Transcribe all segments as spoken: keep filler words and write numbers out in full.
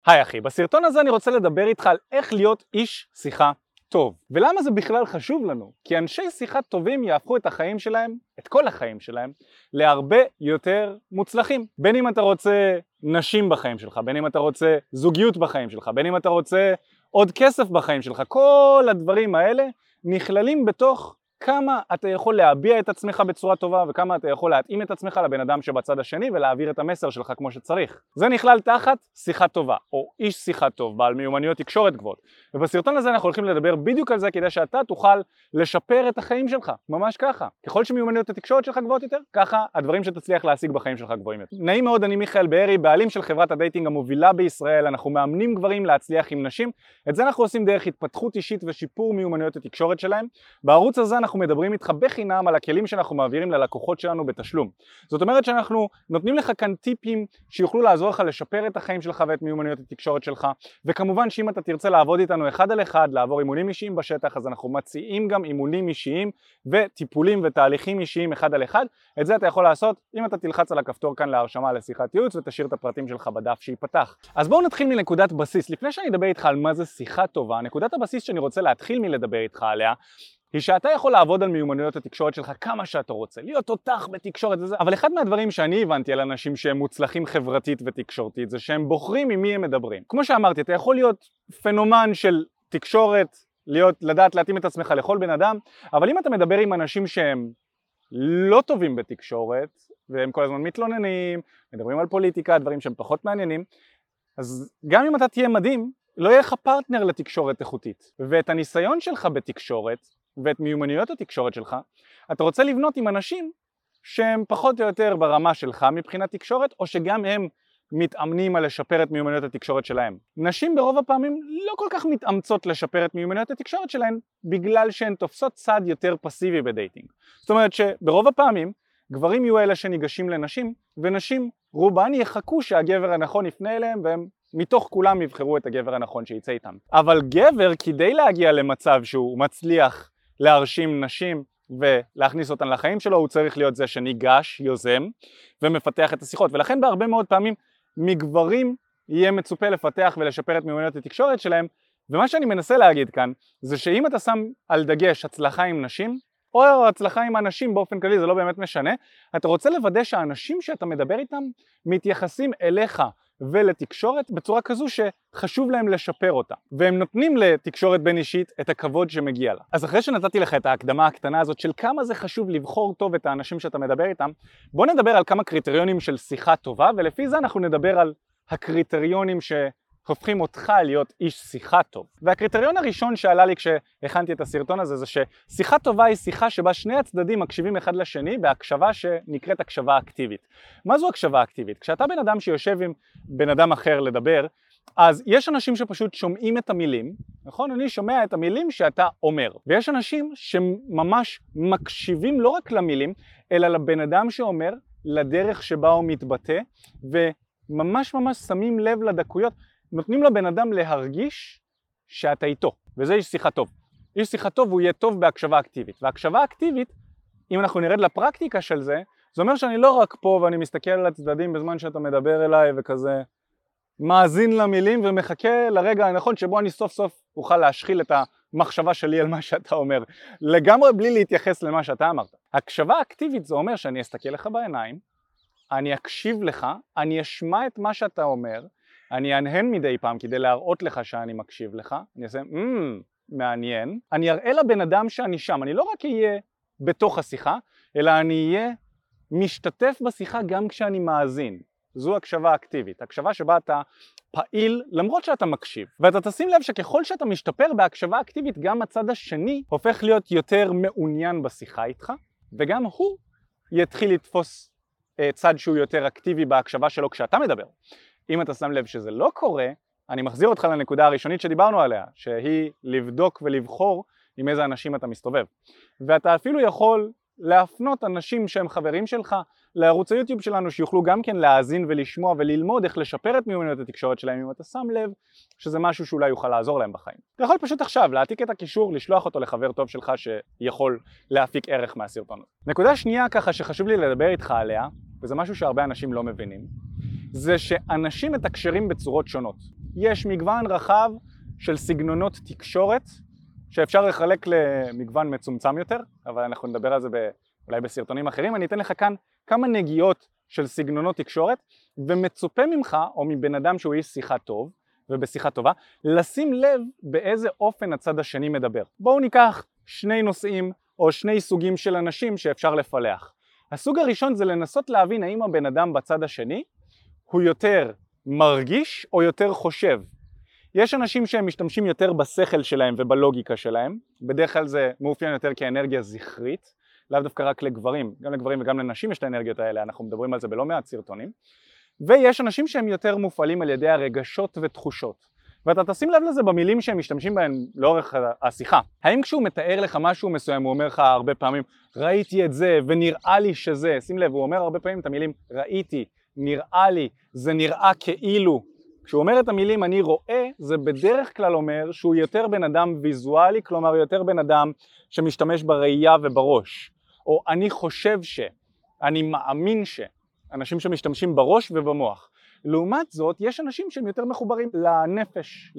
היי אחי, בסרטון הזה אני רוצה לדבר איתך על איך להיות איש שיחה טוב. ולמה זה בכלל חשוב לנו? כי אנשי שיחה טובים יהפכו את החיים שלהם, את כל החיים שלהם, להרבה יותר מוצלחים. בין אם אתה רוצה נשים בחיים שלך, בין אם אתה רוצה זוגיות בחיים שלך, בין אם אתה רוצה עוד כסף בחיים שלך, כל הדברים האלה נכללים בתוך כמה אתה יכול להביע את עצמך בצורה טובה וכמה אתה יכול להתאים את עצמך לבן אדם שבצד השני ולהעביר את המסר שלך כמו שצריך. זה נכלל תחת שיחה טובה או איש שיחה טוב בעל מיומנויות תקשורת גבוהות. ובסרטון הזה אנחנו הולכים לדבר בדיוק על זה כדי שאתה תוכל לשפר את החיים שלך, ממש ככה. ככל שמיומנויות התקשורת שלך גבוהות יותר, ככה הדברים שתצליח להשיג בחיים שלך גבוהים יותר. נעים מאוד, אני מיכאל בארי, בעלים של חברת הדייטינג המובילה בישראל. אנחנו מאמנים גברים להצליח עם נשים. את זה אנחנו עושים דרך התפתחות אישית ושיפור מיומנויות התקשורת שלהם. בערוץ הזה אנחנו מדברים איתך בחינם על הכלים שאנחנו מעבירים ללקוחות שלנו בתשלום. זאת אומרת שאנחנו נותנים לך כאן טיפים שיוכלו לעזור לך לשפר את החיים שלך ואת מיומנויות התקשורת שלך, וכמובן שאם אתה תרצה לעבוד איתנו אחד על אחד, לעבור אימונים אישיים בשטח, אז אנחנו מציעים גם אימונים אישיים וטיפולים ותהליכים אישיים אחד על אחד. את זה אתה יכול לעשות אם אתה תלחץ על הכפתור כאן להרשמה לשיחת ייעוץ ותשאיר את הפרטים שלך בדף שיפתח. אז בואו נתחיל מנקודת בסיס. לפני שאני אדבר איתך על מה זה שיחה טובה, נקודת הבסיס שאני רוצה להתחיל מלדבר איתך עליה היא שאתה יכול לעבוד על מיומנויות התקשורת שלך כמה שאתה רוצה, להיות תותח בתקשורת וזה, אבל אחד מהדברים שאני הבנתי על אנשים שהם מוצלחים חברתית ותקשורתית זה שהם בוחרים עם מי הם מדברים. כמו שאמרתי, אתה יכול להיות פנומן של תקשורת, להיות, לדעת להתאים את עצמך לכל בן אדם, אבל אם אתה מדבר עם אנשים שהם לא טובים בתקשורת, והם כל הזמן מתלוננים, מדברים על פוליטיקה, דברים שהם פחות מעניינים, אז גם אם אתה תהיה מדהים, לא יהיה לך פרטנר לתקשורת איכותית. ואת הניסיון שלך בתקשורת, ואת מיומנויות התקשורת שלך, אתה רוצה לבנות עם אנשים שהם פחות או יותר ברמה שלך מבחינת תקשורת, או שגם הם מתאמנים על לשפר את מיומנויות התקשורת שלהם. נשים ברוב הפעמים לא כל כך מתאמצות לשפר את מיומנויות התקשורת שלהן, בגלל שהן תופסות צד יותר פסיבי בדייטינג. זאת אומרת שברוב הפעמים גברים יהיו אלה שניגשים לנשים, ונשים רובן יחכו שהגבר הנכון יפנה אליהם, והם מתוך כולם יבחרו את הגבר הנכון שיצא איתם. אבל גבר, כדי להגיע למצב שהוא מצליח להרשים נשים ולהכניס אותן לחיים שלו, הוא צריך להיות זה שניגש, יוזם ומפתח את השיחות. ולכן בהרבה מאוד פעמים מגברים יהיה מצופה לפתח ולשפר את מיומנויות התקשורת שלהם. ומה שאני מנסה להגיד כאן זה שאם אתה שם על דגש הצלחה עם נשים או הצלחה עם אנשים באופן כללי, זה לא באמת משנה, אתה רוצה לוודא שהאנשים שאתה מדבר איתם מתייחסים אליך ולתקשורת בצורה כזו שחשוב להם לשפר אותה, והם נותנים לתקשורת בין אישית את הכבוד שמגיע לה. אז אחרי שנתתי לך את ההקדמה הקטנה הזאת של כמה זה חשוב לבחור טוב את האנשים שאתה מדבר איתם, בוא נדבר על כמה קריטריונים של שיחה טובה, ולפי זה אנחנו נדבר על הקריטריונים שהופכים אותך להיות איש שיחה טוב. והקריטריון הראשון שעלה לי כשהכנתי את הסרטון הזה זה ששיחה טובה היא שיחה שבה שני הצדדים מקשיבים אחד לשני בהקשבה שנקראת הקשבה אקטיבית. מה זו הקשבה אקטיבית? כשאתה בן אדם שיושב עם בן אדם אחר לדבר, אז יש אנשים שפשוט שומעים את המילים, נכון? אני שומע את המילים שאתה אומר, ויש אנשים שממש מקשיבים לא רק למילים, אלא לבן אדם שאומר, לדרך שבה הוא מתבטא, וממש ממש שמים לב לדקויות, נותנים לבן אדם להרגיש שאתה איתו, וזה איש שיחה טוב. איש שיחה טוב הוא יהיה טוב בהקשבה אקטיבית, והקשבה אקטיבית, אם אנחנו נרד לפרקטיקה של זה, זה אומר שאני לא רק פה ואני מסתכל על הצדדים בזמן שאתה מדבר אליי וכזה מאזין למילים ומחכה לרגע הנכון שבו אני סוף סוף אוכל להשחיל את המחשבה שלי על מה שאתה אומר, לגמרי בלי להתייחס למה שאתה אמרת. הקשבה אקטיבית זה אומר שאני אסתכל לך בעיניים, אני אקשיב לך, אני אשמע את מה שאתה אומר, אני אנהן מדי פעם כדי להראות לך שאני מקשיב לך, אני אעשה, אממ, מעניין, אני אראה לבן אדם שאני שם, אני לא רק אהיה בתוך השיחה, אלא אני אהיה משתתף בשיחה גם כשאני מאזין. זו הקשבה אקטיבית, הקשבה שבה אתה פעיל למרות שאתה מקשיב. ואתה תשים לב שככל שאתה משתפר בהקשבה אקטיבית, גם הצד השני הופך להיות יותר מעוניין בשיחה איתך, וגם הוא יתחיל לתפוס צד שהוא יותר אקטיבי בהקשבה שלו כשאתה מדבר. אם אתה שם לב שזה לא קורה, אני מחזיר אותך לנקודה הראשונית שדיברנו עליה, שהיא לבדוק ולבחור עם איזה אנשים אתה מסתובב. ואתה אפילו יכול להפנות אנשים שהם חברים שלך לערוץ היוטיוב שלנו, שיוכלו גם כן להאזין ולשמוע וללמוד איך לשפר את מיומנויות התקשורת שלהם, אם אתה שם לב שזה משהו שאולי יוכל לעזור להם בחיים. אתה יכול פשוט עכשיו להעתיק את הקישור, לשלוח אותו לחבר טוב שלך שיכול להפיק ערך מהסרטון. נקודה שנייה ככה שחשוב לי לדבר איתך עליה, וזה משהו שהרבה אנשים לא מבינים, זה שאנשים מתקשרים בצורות שונות. יש מגוון רחב של סגנונות תקשורת שאפשר לחלק למגוון מצומצם יותר, אבל אנחנו נדבר על זה ב, אולי בסרטונים אחרים. אני אתן לך כאן כמה נגיעות של סגנונות תקשורת, ומצופה ממך או מבן אדם שהוא איש שיחה טוב ובשיחה טובה לשים לב באיזה אופן הצד השני מדבר. בואו ניקח שני נושאים או שני סוגים של אנשים שאפשר לפלח. הסוג הראשון זה לנסות להבין האם הבן אדם בצד השני הוא יותר מרגיש או יותר חושב. יש אנשים שהם משתמשים יותר בשכל שלהם ובלוגיקה שלהם, בדרך כלל זה מאופיין יותר כאנרגיה זכרית, לאו דווקא רק לגברים, גם לגברים וגם לנשים יש את האנרגיות האלה, אנחנו מדברים על זה בלא מעט סרטונים. ויש אנשים שהם יותר מופעלים על ידי הרגשות ותחושות, ואתה תשים לב לזה במילים שהם משתמשים בהן לאורך השיחה. האם כשהוא מתאר לך משהו מסוים הוא אומר לך הרבה פעמים ראיתי את זה ונראה לי שזה, שים לב, הוא אומר הרבה פעמים את המילים ראיתי, נראה לי, זה נראה כאילו. כשהוא אומר את המילים אני רואה, זה בדרך כלל אומר שהוא יותר בן אדם ויזואלי, כלומר יותר בן אדם שמשתמש בראייה ובראש. או אני חושב ש, אני מאמין ש, אנשים שמשתמשים בראש ובמוח. לעומת זאת, יש אנשים שהם יותר מחוברים לנפש,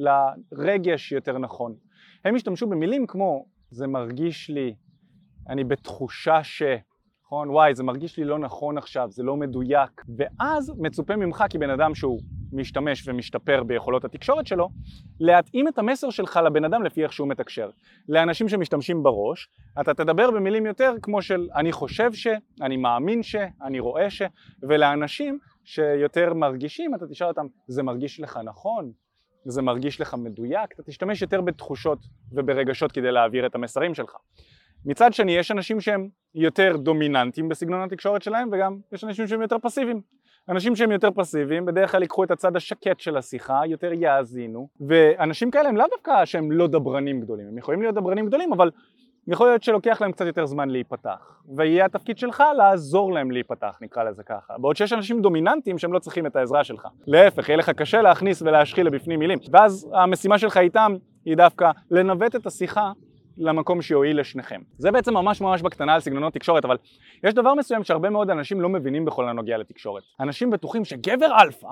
לרגש יותר נכון. הם משתמשו במילים כמו זה מרגיש לי, אני בתחושה ש, נכון, וואי זה מרגיש לי לא נכון עכשיו, זה לא מדויק. ואז מצופה ממך כבן אדם שהוא משתמש ומשתפר ביכולות התקשורת שלו, להתאים את המסר שלך לבן אדם לפי איך שהוא מתקשר. לאנשים שמשתמשים בראש, אתה תדבר במילים יותר כמו של אני חושב ש, אני מאמין ש, אני רואה ש, ולאנשים שיותר מרגישים, אתה תשאל אותם, זה מרגיש לך נכון? זה מרגיש לך מדויק? אתה תשתמש יותר בתחושות וברגשות כדי להעביר את המסרים שלך. מצד שני, יש אנשים שהם יותר דומיננטיים בסגנון התקשורת שלהם, וגם יש אנשים שהם יותר פסיביים. אנשים שהם יותר פסיביים, בדרך כלל ייקחו את הצד השקט של השיחה, יותר יאזינו, ואנשים כאלה הם לאו דווקא שהם לא דברנים גדולים, הם יכולים להיות דברנים גדולים, אבל יכול להיות שלוקח להם קצת יותר זמן להיפתח, ויהיה התפקיד שלך לעזור להם להיפתח, נקרא לזה ככה. בעוד שיש אנשים דומיננטיים שהם לא צריכים את העזרה שלך. להפך, יהיה לך קשה להכניס ולהשחיל לבפנים מילים, ואז המשימה שלך איתם היא דווקא לנווט את השיחה למקום שיועיל לשניכם. זה בעצם ממש ממש בקטנה על סגנונות תקשורת, אבל יש דבר מסוים שהרבה מאוד אנשים לא מבינים בכל הנוגע לתקשורת. אנשים בטוחים שגבר אלפא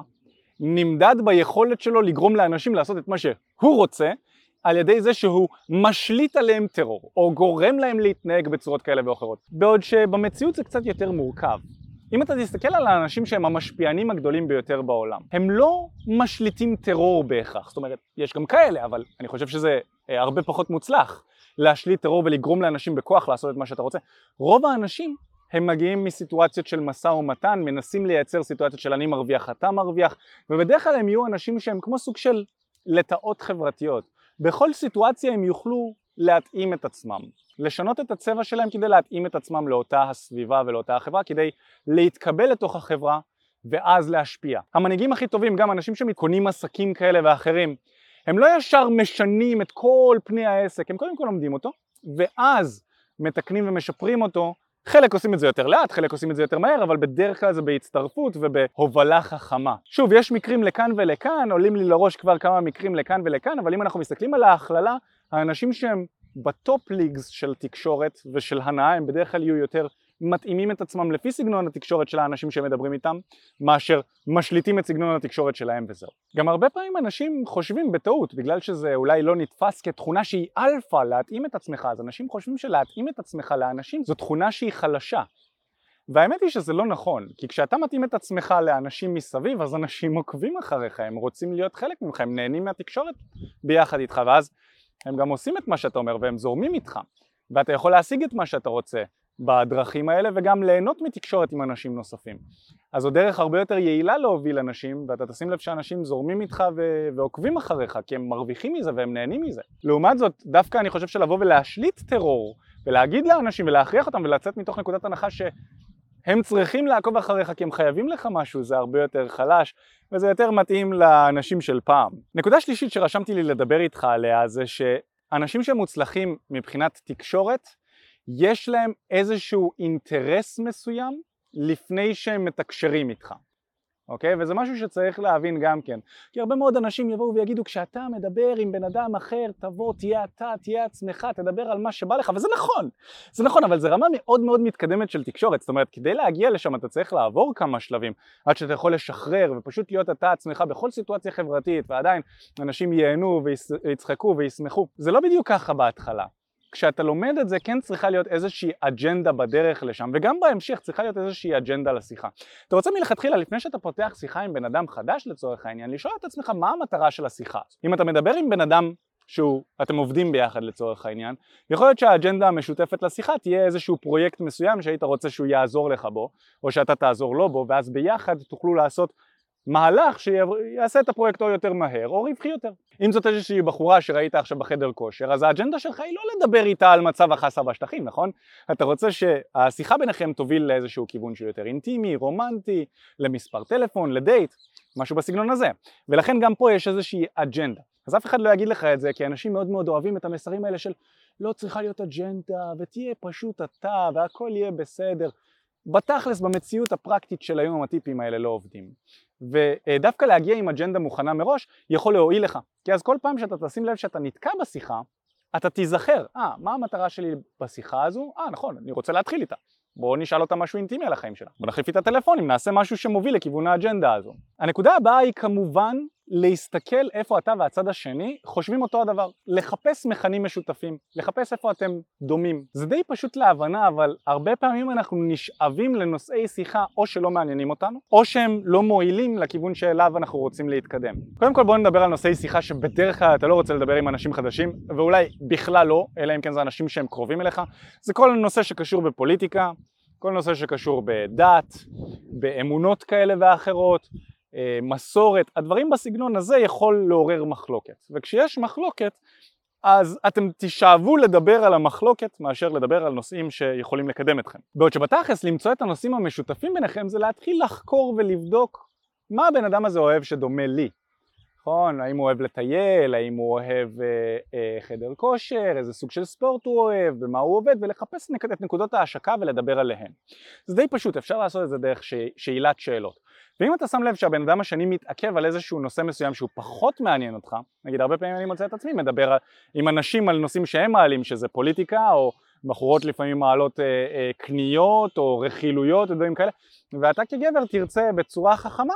נמדד ביכולת שלו לגרום לאנשים לעשות את מה שהוא רוצה, על ידי זה שהוא משליט עליהם טרור, או גורם להם להתנהג בצורות כאלה ואחרות. בעוד שבמציאות זה קצת יותר מורכב. אם אתה תסתכל על האנשים שהם המשפיענים הגדולים ביותר בעולם, הם לא משליטים טרור בהכרח. זאת אומרת, יש גם כאלה, אבל אני חושב שזה הרבה פחות מוצלח. להשליט טרור ולגרום לאנשים בכוח לעשות את מה שאתה רוצה. רוב האנשים הם מגיעים מסיטואציות של משא ומתן, מנסים לייצר סיטואציות של אני מרוויח, אתה מרוויח, ובדרך כלל הם יהיו אנשים שהם כמו סוג של לטאות חברתיות. בכל סיטואציה הם יוכלו להתאים את עצמם, לשנות את הצבע שלהם כדי להתאים את עצמם לאותה הסביבה ולאותה החברה, כדי להתקבל לתוך החברה ואז להשפיע. המנהיגים הכי טובים, גם אנשים שמקונים עסקים כאלה ואחרים, הם לא ישר משנים את כל פני העסק, הם קודם כל לומדים אותו, ואז מתקנים ומשפרים אותו. חלק עושים את זה יותר לאט, חלק עושים את זה יותר מהר, אבל בדרך כלל זה בהצטרפות ובהובלה חכמה. שוב, יש מקרים לכאן ולכאן, עולים לי לראש כבר כמה מקרים לכאן ולכאן, אבל אם אנחנו מסתכלים על ההכללה, האנשים שהם בטופ ליגס של תקשורת ושל הנאה, הם בדרך כלל יהיו יותר מתאימים את עצמם לפי סגנון התקשורת של האנשים שמדברים איתם, מאשר משליטים את סגנון התקשורת שלהם וזהו. גם הרבה פעמים אנשים חושבים בטעות, בגלל שזה אולי לא נתפס כתכונה שהיא אלפא, להתאים את עצמך, אז אנשים חושבים שלהתאים את עצמך לאנשים זו תכונה שהיא חלשה. והאמת היא שזה לא נכון, כי כשאתה מתאים את עצמך לאנשים מסביב, אז אנשים עוקבים אחריך, הם רוצים להיות חלק ממך, הם נהנים מהתקשורת ביחד איתך, ואז הם גם עושים את מה שאתה אומר והם זורמים איתך, ואתה יכול להשיג את מה שאתה רוצה בדרכים האלה וגם ליהנות מתקשורת עם אנשים נוספים. אז זו דרך הרבה יותר יעילה להוביל אנשים, ואתה תשים לב שאנשים זורמים איתך ו- ועוקבים אחריך, כי הם מרוויחים מזה והם נהנים מזה. לעומת זאת, דווקא אני חושב שלבוא ולהשליט טרור, ולהגיד לאנשים ולהכריח אותם ולצאת מתוך נקודת הנחה שהם צריכים לעקוב אחריך כי הם חייבים לך משהו, זה הרבה יותר חלש, וזה יותר מתאים לאנשים של פעם. נקודה שלישית שרשמתי לי לדבר איתך עליה זה שאנשים שמוצלחים מבחינת תקשורת, יש להם איזשהו אינטרס מסוים לפני שהם מתקשרים איתך. אוקיי? וזה משהו שצריך להבין גם כן. כי הרבה מאוד אנשים יבואו ויגידו, כשאתה מדבר עם בן אדם אחר, תבוא, תהיה אתה, תהיה עצמך, תדבר על מה שבא לך, וזה נכון. זה נכון, אבל זה רמה מאוד מאוד מתקדמת של תקשורת. זאת אומרת, כדי להגיע לשם אתה צריך לעבור כמה שלבים, עד שאתה יכול לשחרר ופשוט להיות אתה עצמך בכל סיטואציה חברתית, ועדיין אנשים ייהנו ויצחקו וישמחו. זה לא בדיוק ככה בהתחלה. כשאתה לומד את זה כן צריכה להיות איזושהי אג'נדה בדרך לשם, וגם בהמשך צריכה להיות איזושהי אג'נדה לשיחה. אתה רוצה מלכתחילה, לפני שאתה פותח שיחה עם בן אדם חדש לצורך העניין, לשאול את עצמך מה המטרה של השיחה. אם אתה מדבר עם בן אדם שאתם עובדים ביחד לצורך העניין, יכול להיות שהאג'נדה המשותפת לשיחה תהיה איזשהו פרויקט מסוים שהיית רוצה שהוא יעזור לך בו, או שאתה תעזור לו בו, ואז ביחד תוכלו לעשות מהלך שיעשה את הפרויקט או יותר מהר או רווחי יותר. אם זאת איזושהי בחורה שראית עכשיו בחדר כושר, אז האג'נדה שלך היא לא לדבר איתה על מצב החסה בשטחים, נכון? אתה רוצה שהשיחה ביניכם תוביל לאיזשהו כיוון שהוא יותר אינטימי, רומנטי, למספר טלפון, לדייט, משהו בסגנון הזה. ולכן גם פה יש איזושהי אג'נדה. אז אף אחד לא יגיד לך את זה, כי אנשים מאוד מאוד אוהבים את המסרים האלה של לא צריכה להיות אג'נדה ותהיה פשוט אתה והכל יהיה בסדר. בתכלס, במציאות הפרקטית של היום הטיפים האלה לא עובדים. ודווקא להגיע עם אג'נדה מוכנה מראש יכול להועיל לך. כי אז כל פעם שאתה תשים לב שאתה נתקע בשיחה, אתה תיזכר, אה, מה המטרה שלי בשיחה הזו? אה, נכון, אני רוצה להתחיל איתה. בואו נשאל אותה משהו אינטימי על החיים שלה. בוא נחליף את הטלפונים, נעשה משהו שמוביל לכיוון האג'נדה הזו. הנקודה הבאה היא כמובן להסתכל איפה אתה והצד השני חושבים אותו הדבר. לחפש מכנים משותפים, לחפש איפה אתם דומים. זה די פשוט להבנה, אבל הרבה פעמים אנחנו נשאבים לנושאי שיחה או שלא מעניינים אותנו, או שהם לא מועילים לכיוון שאליו אנחנו רוצים להתקדם. קודם כל בואו נדבר על נושאי שיחה שבדרך כלל אתה לא רוצה לדבר עם אנשים חדשים, ואולי בכלל לא, אלא אם כן זה אנשים שהם קרובים אליך. זה כל נושא שקשור בפוליטיקה, כל נושא שקשור בדת, באמונות כאלה ואחרות, מסורת, הדברים בסגנון הזה יכול לעורר מחלוקת. וכשיש מחלוקת, אז אתם תשאבו לדבר על המחלוקת מאשר לדבר על נושאים שיכולים לקדם אתכם. בעוד שבתכלס למצוא את הנושאים המשותפים ביניכם זה להתחיל לחקור ולבדוק מה הבן אדם הזה אוהב שדומה לי. נכון? האם הוא אוהב לטייל, האם הוא אוהב אה, אה, חדר כושר, איזה סוג של ספורט הוא אוהב, במה הוא עובד, ולחפש את נקודות ההשקה ולדבר עליהן. זה די פשוט, אפשר לעשות את זה דרך ש... שאלת שאלות. ואם אתה שם לב שהבן אדם השני מתעכב על איזשהו נושא מסוים שהוא פחות מעניין אותך, נגיד הרבה פעמים אני מוצא את עצמי מדבר עם אנשים על נושאים שהם מעלים, שזה פוליטיקה או בחורות לפעמים מעלות אה, אה, קניות או רכילויות ודברים כאלה, ואתה כגבר תרצה בצורה חכמה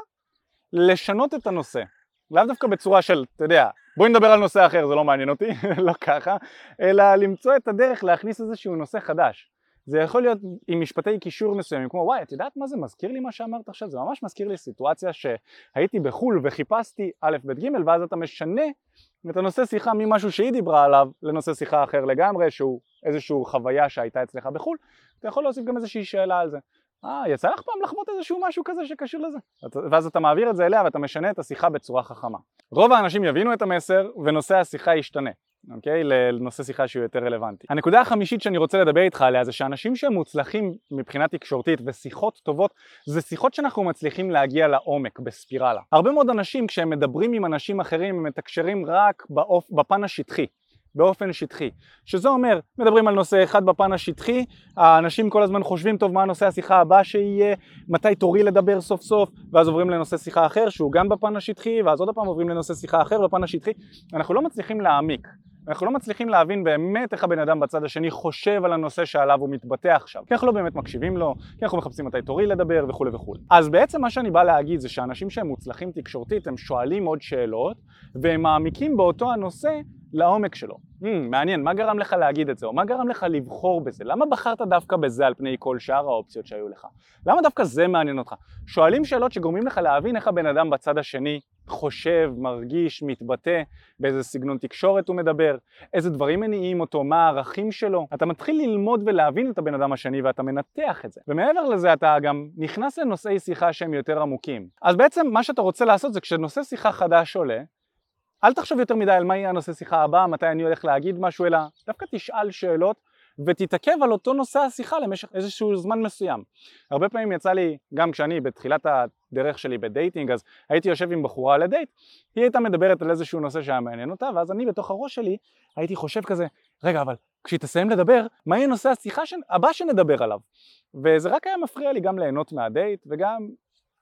לשנות את הנושא. לאו דווקא בצורה של, אתה יודע, בואי נדבר על נושא אחר, זה לא מעניין אותי, לא ככה, אלא למצוא את הדרך להכניס איזשהו נושא חדש. זה יכול להיות עם משפטי קישור מסוימים, כמו וואי, את יודעת מה זה מזכיר לי מה שאמרת עכשיו? זה ממש מזכיר לי סיטואציה שהייתי בחול וחיפשתי א' ב' ג' ואז אתה משנה את הנושא שיחה ממשהו שהיא דיברה עליו לנושא שיחה אחר לגמרי, שהוא איזשהו חוויה שהייתה אצלך בחול, אתה יכול להוסיף גם איזושהי שאלה על זה. אה, יצא לך פעם לחוות איזשהו משהו כזה שקשור לזה? ואז אתה מעביר את זה אליה ואתה משנה את השיחה בצורה חכמה. רוב האנשים יבינו את המסר ונושא השיחה ישתנה. אוקיי? לנושא שיחה שהוא יותר רלוונטי. הנקודה החמישית שאני רוצה לדבר איתך עליה זה שאנשים שהם מוצלחים מבחינה תקשורתית ושיחות טובות זה שיחות שאנחנו מצליחים להגיע לעומק בספירלה. הרבה מאוד אנשים כשהם מדברים עם אנשים אחרים הם מתקשרים רק באופ... בפן השטחי. באופן שטחי, שזה אומר, מדברים על נושא אחד בפן השטחי, האנשים כל הזמן חושבים טוב מה הנושא השיחה הבא שיהיה, מתי תורי לדבר סוף סוף, ואז עוברים לנושא שיחה אחר שהוא גם בפן השטחי, ואז עוד פעם עוברים לנושא שיחה אחר בפן השטחי. אנחנו לא מצליחים להעמיק, אנחנו לא מצליחים להבין באמת איך הבן אדם בצד השני חושב על הנושא שעליו הוא מתבטא עכשיו, כי אנחנו לא באמת מקשיבים לו, כי אנחנו מחפשים מתי תורי לדבר וכו' וכו'. אז בעצם מה שאני בא להגיד זה שאנשים שהם מוצלחים תקשורתית הם שואלים עוד שאלות והם מעמיקים באותו הנושא לעומק שלו. Hmm, מעניין, מה גרם לך להגיד את זה? או מה גרם לך לבחור בזה? למה בחרת דווקא בזה על פני כל שאר האופציות שהיו לך? למה דווקא זה מעניין אותך? שואלים שאלות שגורמים לך להבין איך הבן אדם בצד השני חושב, מרגיש, מתבטא, באיזה סגנון תקשורת הוא מדבר, איזה דברים מניעים אותו, מה הערכים שלו. אתה מתחיל ללמוד ולהבין את הבן אדם השני ואתה מנתח את זה. ומעבר לזה אתה גם נכנס לנושאי שיחה שהם יותר עמוקים. אז בעצם מה שאתה רוצה לעשות זה כשנושא שיחה חדש עולה, אל תחשוב יותר מדי על מה יהיה הנושא שיחה הבא, מתי אני הולך להגיד משהו, אלא דווקא תשאל שאלות ותתעכב על אותו נושא השיחה למשך איזשהו זמן מסוים. הרבה פעמים יצא לי, גם כשאני בתחילת הדרך שלי בדייטינג, אז הייתי יושב עם בחורה לדייט, היא הייתה מדברת על איזשהו נושא שהיה מעניין אותה, ואז אני בתוך הראש שלי הייתי חושב כזה, רגע, אבל כשהיא תסיים לדבר, מה יהיה נושא השיחה ש... הבא שנדבר עליו? וזה רק היה מפריע לי גם ליהנות מהדייט, וגם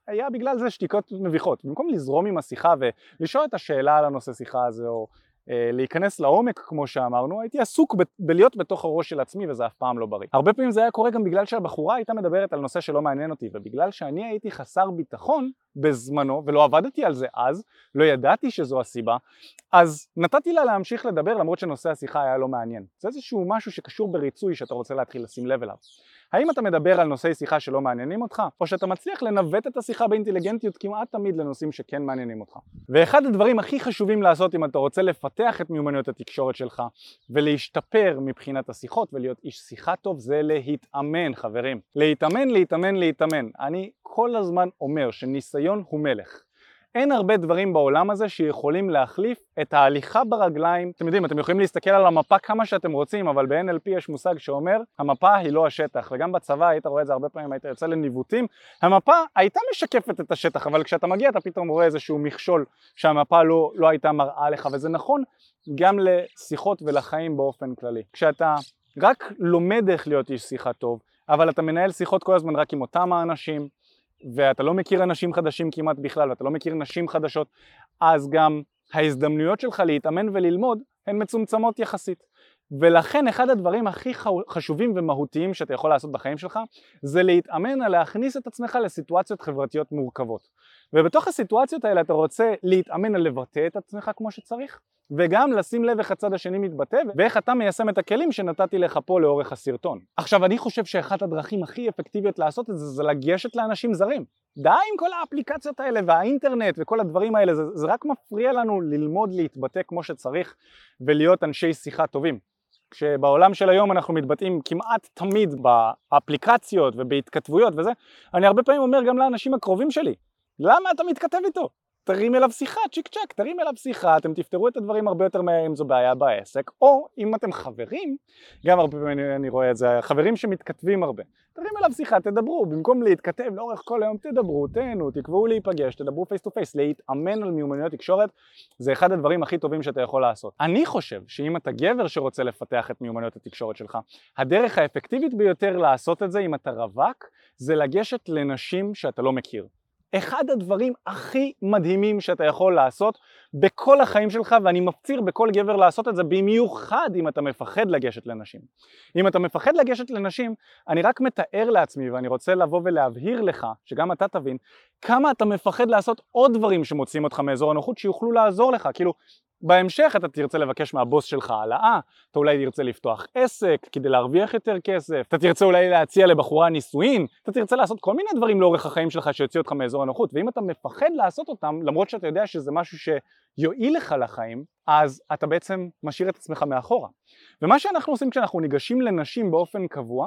היה בגלל זה שתיקות מביכות. במקום לזרום עם השיחה ולשאול את השאלה על הנושא שיחה הזה, או אה, להיכנס לעומק כמו שאמרנו, הייתי עסוק ב- בלהיות בתוך הראש של עצמי, וזה אף פעם לא בריא. הרבה פעמים זה היה קורה גם בגלל שהבחורה הייתה מדברת על נושא שלא מעניין אותי, ובגלל שאני הייתי חסר ביטחון בזמנו, ולא עבדתי על זה אז, לא ידעתי שזו הסיבה, אז נתתי לה להמשיך לדבר למרות שנושא השיחה היה לא מעניין. זה איזשהו משהו שקשור בריצוי שאתה רוצה להתחיל לשים לב אליו. האם אתה מדבר על נושאי שיחה שלא מעניינים אותך, או שאתה מצליח לנווט את השיחה באינטליגנטיות כמעט תמיד לנושאים שכן מעניינים אותך? ואחד הדברים הכי חשובים לעשות אם אתה רוצה לפתח את מיומנויות התקשורת שלך ולהשתפר מבחינת השיחות ולהיות איש שיחה טוב, זה להתאמן, חברים. להתאמן, להתאמן, להתאמן. אני כל הזמן אומר שניסיון הוא מלך. אין הרבה דברים בעולם הזה שיכולים להחליף את ההליכה ברגליים. אתם יודעים, אתם יכולים להסתכל על המפה כמה שאתם רוצים, אבל ב-אן אל פי יש מושג שאומר, המפה היא לא השטח, וגם בצבא היית רואה את זה הרבה פעמים, היית יוצא לניווטים, המפה הייתה משקפת את השטח, אבל כשאתה מגיע אתה פתאום רואה איזשהו מכשול שהמפה לא, לא הייתה מראה לך, וזה נכון גם לשיחות ולחיים באופן כללי. כשאתה רק לומד איך להיות איש שיחה טוב, אבל אתה מנהל שיחות כל הזמן רק עם אותם האנשים, ואתה לא מכיר אנשים חדשים כמעט בכלל, ואתה לא מכיר נשים חדשות, אז גם ההזדמנויות שלך להתאמן וללמוד הן מצומצמות יחסית. ולכן אחד הדברים הכי חשובים ומהותיים שאתה יכול לעשות בחיים שלך, זה להתאמן על להכניס את עצמך לסיטואציות חברתיות מורכבות. ובתוך הסיטואציות האלה אתה רוצה להתאמן על לבטא את עצמך כמו שצריך, וגם לשים לב איך הצד השני מתבטא, ואיך אתה מיישם את הכלים שנתתי לך פה לאורך הסרטון. עכשיו, אני חושב שאחת הדרכים הכי אפקטיביות לעשות את זה, זה לגשת לאנשים זרים. די עם כל האפליקציות האלה והאינטרנט וכל הדברים האלה, זה, זה רק מפריע לנו ללמוד להתבטא כמו שצריך, ולהיות אנשי שיחה טובים. כשבעולם של היום אנחנו מתבטאים כמעט תמיד באפליקציות ובהתכתבויות וזה, אני הרבה פעמים אומר גם לאנשים הקרובים שלי, למה אתה מתכתב איתו? תרים אליו שיחה, צ'יק צ'ק, תרים אליו שיחה, אתם תפתרו את הדברים הרבה יותר מהר אם זו בעיה בעסק, או אם אתם חברים, גם הרבה פעמים אני, אני רואה את זה, חברים שמתכתבים הרבה, תרים אליו שיחה, תדברו, במקום להתכתב לאורך כל היום, תדברו, תהנו, תקבעו להיפגש, תדברו פייס טו פייס, להתאמן על מיומנויות תקשורת, זה אחד הדברים הכי טובים שאתה יכול לעשות. אני חושב שאם אתה גבר שרוצה לפתח את מיומנויות התקשורת שלך, הדרך האפקטיבית ביותר לעשות את זה, אם אתה רווק, זה לגשת לנשים שאתה לא מכיר. אחד הדברים הכי מדהימים שאתה יכול לעשות בכל החיים שלך, ואני מפציר בכל גבר לעשות את זה, במיוחד אם אתה מפחד לגשת לנשים. אם אתה מפחד לגשת לנשים, אני רק מתאר לעצמי, ואני רוצה לבוא ולהבהיר לך, שגם אתה תבין, כמה אתה מפחד לעשות עוד דברים שמוצאים אותך מאזור הנוחות, שיוכלו לעזור לך. כאילו, בהמשך אתה תרצה לבקש מהבוס שלך העלאה, אתה אולי תרצה לפתוח עסק כדי להרוויח יותר כסף, אתה תרצה אולי להציע לבחורה נישואין, אתה תרצה לעשות כל מיני דברים לאורך החיים שלך שיוציאו אותך מאזור הנוחות, ואם אתה מפחד לעשות אותם, למרות שאתה יודע שזה משהו שיועיל לך לחיים, אז אתה בעצם משאיר את עצמך מאחורה. ומה שאנחנו עושים כשאנחנו ניגשים לנשים באופן קבוע,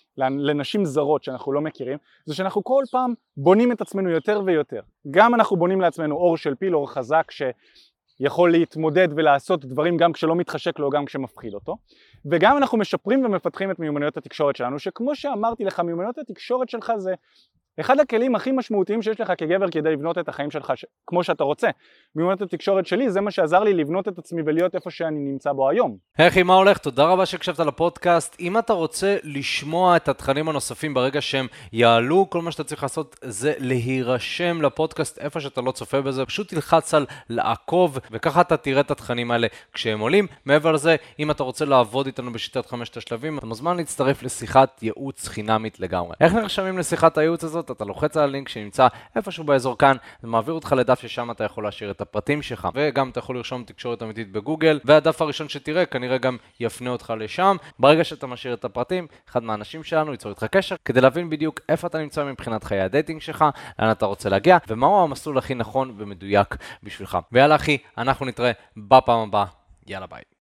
לנשים זרות שאנחנו לא מכירים, זה שאנחנו כל פעם בונים את עצמנו יותר ויותר. גם אנחנו בונים לעצמנו אור של פיל, אור חזק ש... יכול להתמודד ולעשות דברים גם כשלא מתחשק לו, גם כשמפחיד אותו. וגם אנחנו משפרים ומפתחים את מיומנויות התקשורת שלנו, שכמו שאמרתי לך, מיומנויות התקשורת שלך זה אחד הכלים הכי משמעותיים שיש לך כגבר כדי לבנות את החיים שלך ש... כמו שאתה רוצה. מיומנויות התקשורת שלי זה מה שעזר לי לבנות את עצמי ולהיות איפה שאני נמצא בו היום. היי, מה הולך? תודה רבה שהקשבת לפודקאסט. אם אתה רוצה לשמוע את התכנים הנוספים ברגע שהם יעלו, כל מה שאתה צריך לעשות זה להירשם לפודקאסט איפה שאתה לא צופה בזה. פשוט תלחץ על לעקוב, וככה אתה תראה את התכנים האלה כשהם עולים. מעבר לזה, אם אתה רוצה לעבוד איתנו בשיטת חמשת השלבים, אתה מוזמן להצטרף לשיחת ייעוץ חינמית לגמרי. איך נרשמים לשיחת הייעוץ הזאת? אתה לוחץ על הלינק שנמצא איפשהו באזור כאן, זה מעביר אותך לדף ששם אתה יכול להשאיר את הפרטים שלך, וגם אתה יכול לרשום תקשורת אמיתית בגוגל, והדף הראשון שתראה כנראה גם יפנה אותך לשם. ברגע שאתה משאיר את הפרטים, אחד מהאנשים שלנו ייצור איתך קשר, כדי להבין בדיוק איפה אתה נמצא מבחינת חיי הדייטינג שלך, לאן אתה רוצה להגיע, ומהו המסלול הכי נכון ומדויק בשבילך. ויאללה אחי, אנחנו נתראה בפעם הבאה. יאללה ביי.